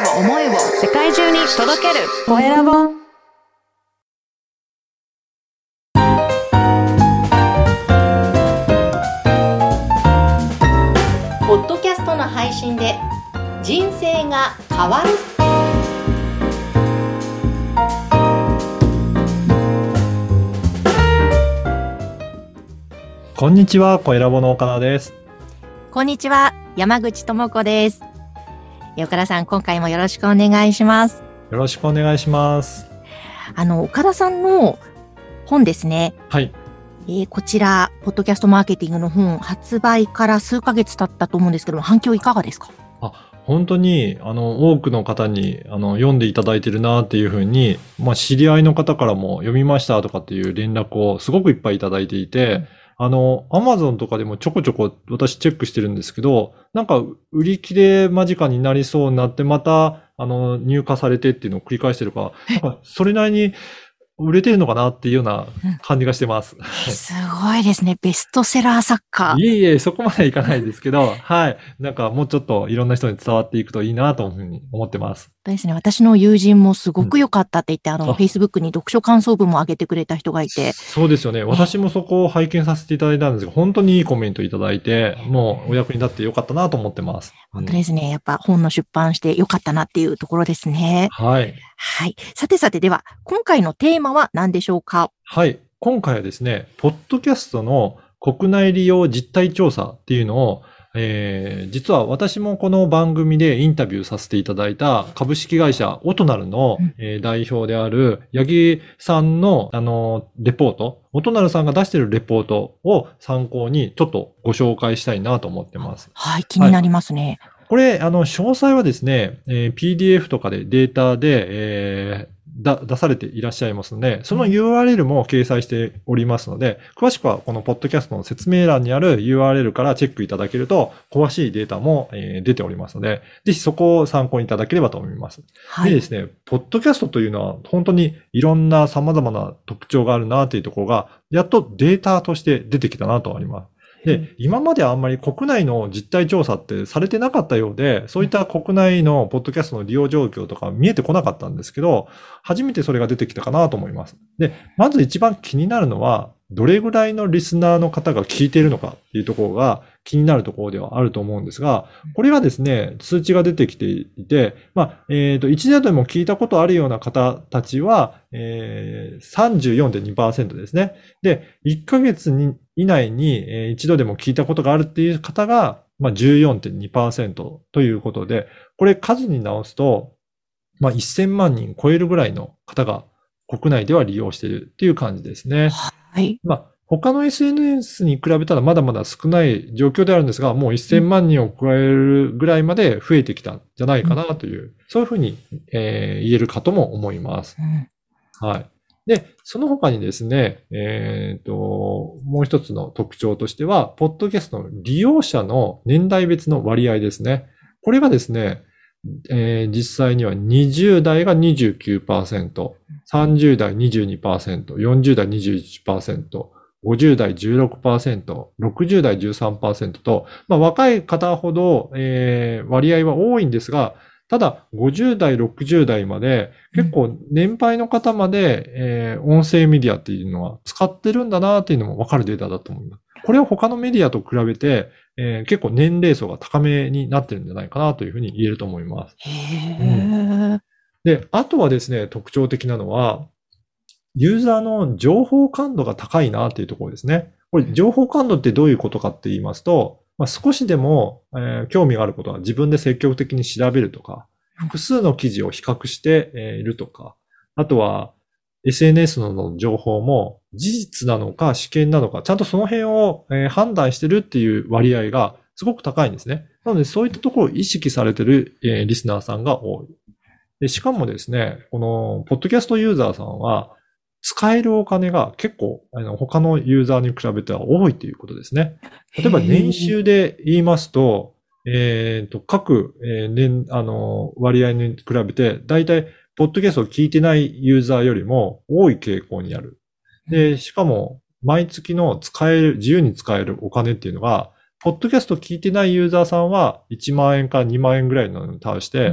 を世界中に届けるコエラボ。ポッドキャストの配信で人生が変わる。 こんにちは、コエラボの岡田です。 こんにちは、山口智子です。岡田さん、今回もよろしくお願いします。 よろしくお願いします。 岡田さんの本ですね。 はい。 こちら、ポッドキャストマーケティングの本、発売から数ヶ月経ったと思うんですけども、反響いかがですか？ 本当に、多くの方に、読んでいただいてるなっていうふうに、知り合いの方からも読みましたとかっていう連絡をすごくいっぱいいただいていて、Amazon とかでもちょこちょこ私チェックしてるんですけど、なんか売り切れ間近になりそうになって、また、入荷されてっていうのを繰り返してるから、なんかそれなりに売れてるのかなっていうような感じがしてます。 すごいですね。ベストセラー作家。 いえいえ、そこまでいかないですけど、はい。なんかもうちょっといろんな人に伝わっていくといいなというふうに思ってます。 ですね。私の友人もすごく良かったって言って、Facebook に読書感想文も上げてくれた人がいて。 そうですよね。私もそこを拝見させていただいたんですが、本当にいいコメントいただいて、もうお役に立ってよかったなと思ってます。 本当ですね。やっぱ本の出版してよかったなっていうところですね。 はい。 はい。さてでは、今回のテーマは何でしょうか？ はい。今回はですね、ポッドキャストの国内利用実態調査っていうのを、実は私もこの番組でインタビューさせていただいた株式会社オトナルの、代表である八木さんのレポート、オトナルさんが出しているレポートを参考にちょっとご紹介したいなと思ってます。 はい、気になりますね。 はい、これ、詳細はですね、PDF とかでデータで、出されていらっしゃいますので、その URL も掲載しておりますので、詳しくはこのポッドキャストの説明欄にある URL からチェックいただけると、詳しいデータも、出ておりますので、ぜひそこを参考にいただければと思います。はい、でですね、ポッドキャストというのは本当にいろんな様々な特徴があるなというところが、やっとデータとして出てきたなとあります。で、今まではあんまり国内の実態調査ってされてなかったようで、そういった国内のポッドキャストの利用状況とか見えてこなかったんですけど、初めてそれが出てきたかなと思います。で、まず一番気になるのは、どれぐらいのリスナーの方が聞いているのかっていうところが気になるところではあると思うんですが、これがですね、数値が出てきていて、一度でも聞いたことあるような方たちは、34.2% ですね。で、1ヶ月以内に一度でも聞いたことがあるっていう方が、14.2% ということで、これ数に直すと、1000万人超えるぐらいの方が国内では利用しているっていう感じですね。 はい。 他の SNS に比べたらまだまだ少ない状況であるんですが、もう1000万人を超えるぐらいまで増えてきたんじゃないかなという、そういうふうに、言えるかとも思います。はい。で、その他にですね、もう一つの特徴としては、ポッドキャストの利用者の年代別の割合ですね。これがですね、実際には20代が 29%、30代 22%、40代 21%、50代 16%、60代 13% と、若い方ほど、割合は多いんですが、ただ、50代、60代まで、結構年配の方まで、音声メディアっていうのは使ってるんだなっていうのもわかるデータだと思います。これは他のメディアと比べて、結構年齢層が高めになってるんじゃないかなというふうに言えると思います。で、あとはですね、特徴的なのは、ユーザーの情報感度が高いなっていうところですね。これ、情報感度ってどういうことかって言いますと、少しでも、興味があることは自分で積極的に調べるとか、複数の記事を比較しているとか、あとは SNS の情報も事実なのか試験なのか、ちゃんとその辺を判断してるっていう割合がすごく高いんですね。なのでそういったところを意識されているリスナーさんが多い。で、しかもですね、このポッドキャストユーザーさんは使えるお金が結構他のユーザーに比べては多いということですね。例えば年収で言いますと、各、割合に比べて、だいたいポッドキャストを聞いてないユーザーよりも多い傾向にある。で、しかも、毎月の自由に使えるお金っていうのが、ポッドキャスト聞いてないユーザーさんは1万円から2万円ぐらいなのに対して、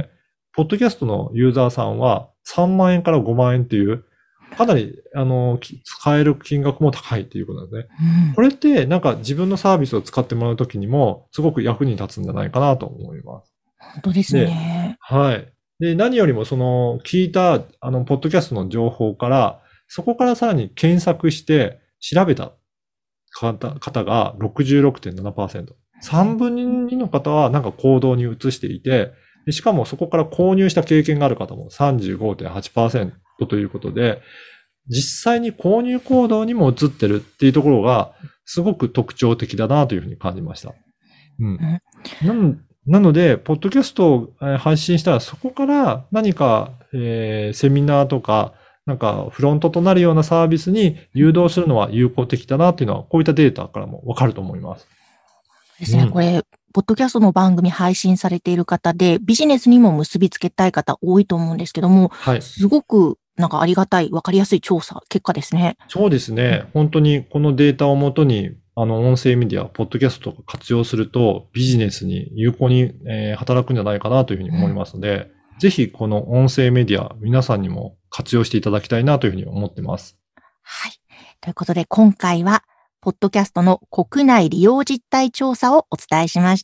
ポッドキャストのユーザーさんは3万円から5万円っていう、かなり、使える金額も高いっていうことなんですね。これって、なんか自分のサービスを使ってもらうときにも、すごく役に立つんじゃないかなと思います。 本当ですね。 はい。で、何よりも聞いた、ポッドキャストの情報から、そこからさらに検索して調べた方が 66.7%。3分の2の方はなんか行動に移していて、でしかもそこから購入した経験がある方も 35.8% ということで、実際に購入行動にも移ってるっていうところが、すごく特徴的だなというふうに感じました。なので、ポッドキャストを配信したら、そこから何か、セミナーとか、なんかフロントとなるようなサービスに誘導するのは有効的だなっていうのは、こういったデータからもわかると思います。 ですね、これ、ポッドキャストの番組配信されている方で、ビジネスにも結びつけたい方多いと思うんですけども、はい、すごくなんかありがたい、わかりやすい調査、結果ですね。 そうですね。本当にこのデータをもとに、音声メディア、ポッドキャストとか活用すると、ビジネスに有効に、働くんじゃないかなというふうに思いますので、ぜひこの音声メディア、皆さんにも活用していただきたいなというふうに思ってます。 はい。ということで、今回は、ポッドキャストの国内利用実態調査をお伝えしました。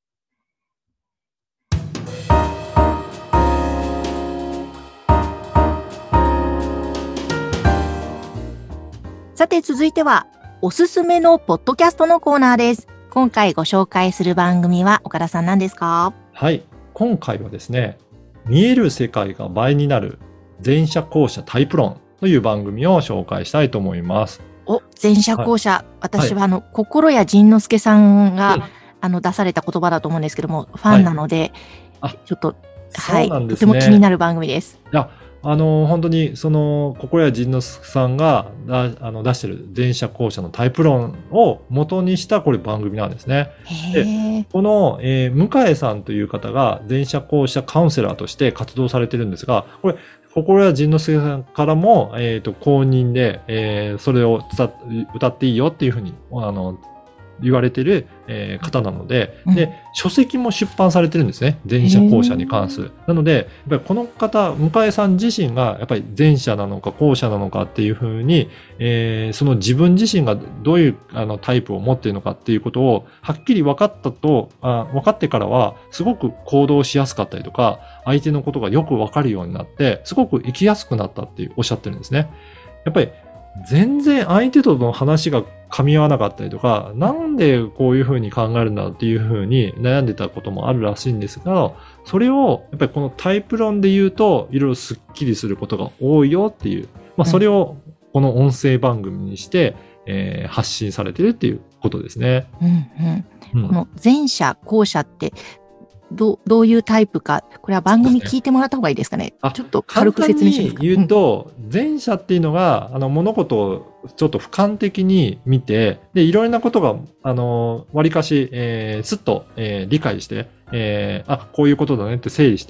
さて続いては、おすすめのポッドキャストのコーナーです。今回ご紹介する番組は岡田さん何ですか？ はい。今回はですね、見える世界が倍になる前者後者タイプ論という番組を紹介したいと思います。 前者後者、はい、私は心谷仁之助さんが、出された言葉だと思うんですけども、ファンなので、ちょっと、はい、とても気になる番組です。 いや、本当に、心谷仁之助さんが出してる前者後者のタイプ論を元にしたこれ番組なんですね。で、この、向井さんという方が前者後者カウンセラーとして活動されてるんですが、これ、心谷仁之助さんからも、公認で、それを歌っていいよっていうふうに、言われてる、方なので、で、書籍も出版されてるんですね。前者後者に関する。なので、やっぱりこの方、向井さん自身が、やっぱり前者なのか後者なのかっていうふうに、その自分自身がどういうタイプを持っているのかっていうことを、はっきり分かってからは、すごく行動しやすかったりとか、相手のことがよく分かるようになって、すごく生きやすくなったっておっしゃってるんですね。やっぱり、全然相手との話が噛み合わなかったりとか、なんでこういうふうに考えるんだっていうふうに悩んでたこともあるらしいんですが、それをやっぱりこのタイプ論で言うと、いろいろスッキリすることが多いよっていう、それをこの音声番組にして、発信されてるっていうことですね。 この前者後者ってどういうタイプか、これは番組聞いてもらった方がいいですかね。ちょっと軽く説明していいですか。 簡単に言うと、前者っていうのが、物事をちょっと俯瞰的に見て、で、いろいろなことが、割かし、すっと、理解して、こういうことだねって整理して、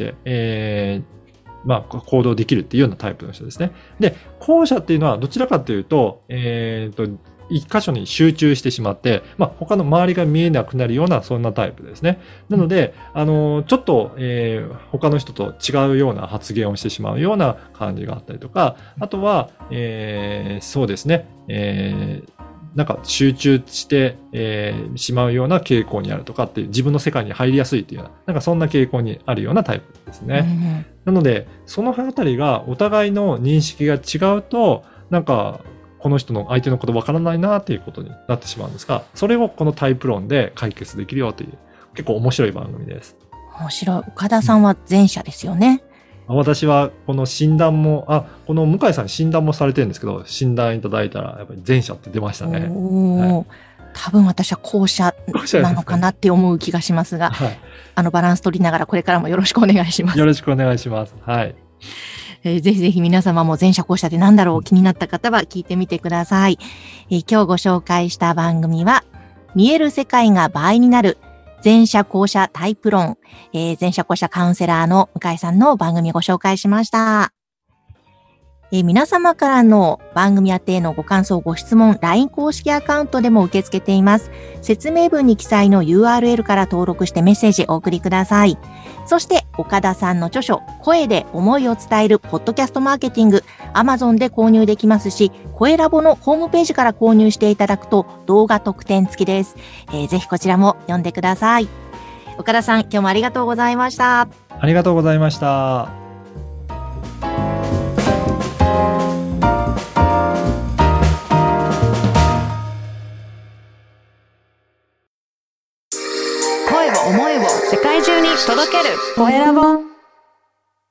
行動できるっていうようなタイプの人ですね。で、後者っていうのはどちらかというと、一箇所に集中してしまって、他の周りが見えなくなるような、そんなタイプですね。なので、ちょっと、他の人と違うような発言をしてしまうような感じがあったりとか、あとは、そうですね、なんか集中して、しまうような傾向にあるとかっていう、自分の世界に入りやすいというような、なんかそんな傾向にあるようなタイプですね。なので、そのあたりがお互いの認識が違うと、なんか、この人の相手のことわからないなっていうことになってしまうんですが、それをこのタイプ論で解決できるよという、結構面白い番組です。 面白い。岡田さんは前者ですよね。 私はこの診断も、この向井さんに診断もされてるんですけど、診断いただいたらやっぱり前者って出ましたね。 多分私は後者なのかなって思う気がしますが、バランス取りながらこれからもよろしくお願いします。 よろしくお願いします。はい。 ぜひぜひ皆様も前者後者って何だろう気になった方は聞いてみてください。今日ご紹介した番組は、見える世界が倍になる前者後者タイプ論、前者後者カウンセラーの向井さんの番組をご紹介しました。皆様からの番組宛てへのご感想、ご質問、LINE 公式アカウントでも受け付けています。説明文に記載の URL から登録してメッセージお送りください。そして、 岡田さんの著書、声で思いを伝えるポッドキャストマーケティング、Amazon で購入できますし、声ラボのホームページから購入していただくと動画特典付きです。ぜひこちらも読んでください。岡田さん、今日もありがとうございました。 ありがとうございました。 声を思いを世界中に届けるコエラボ。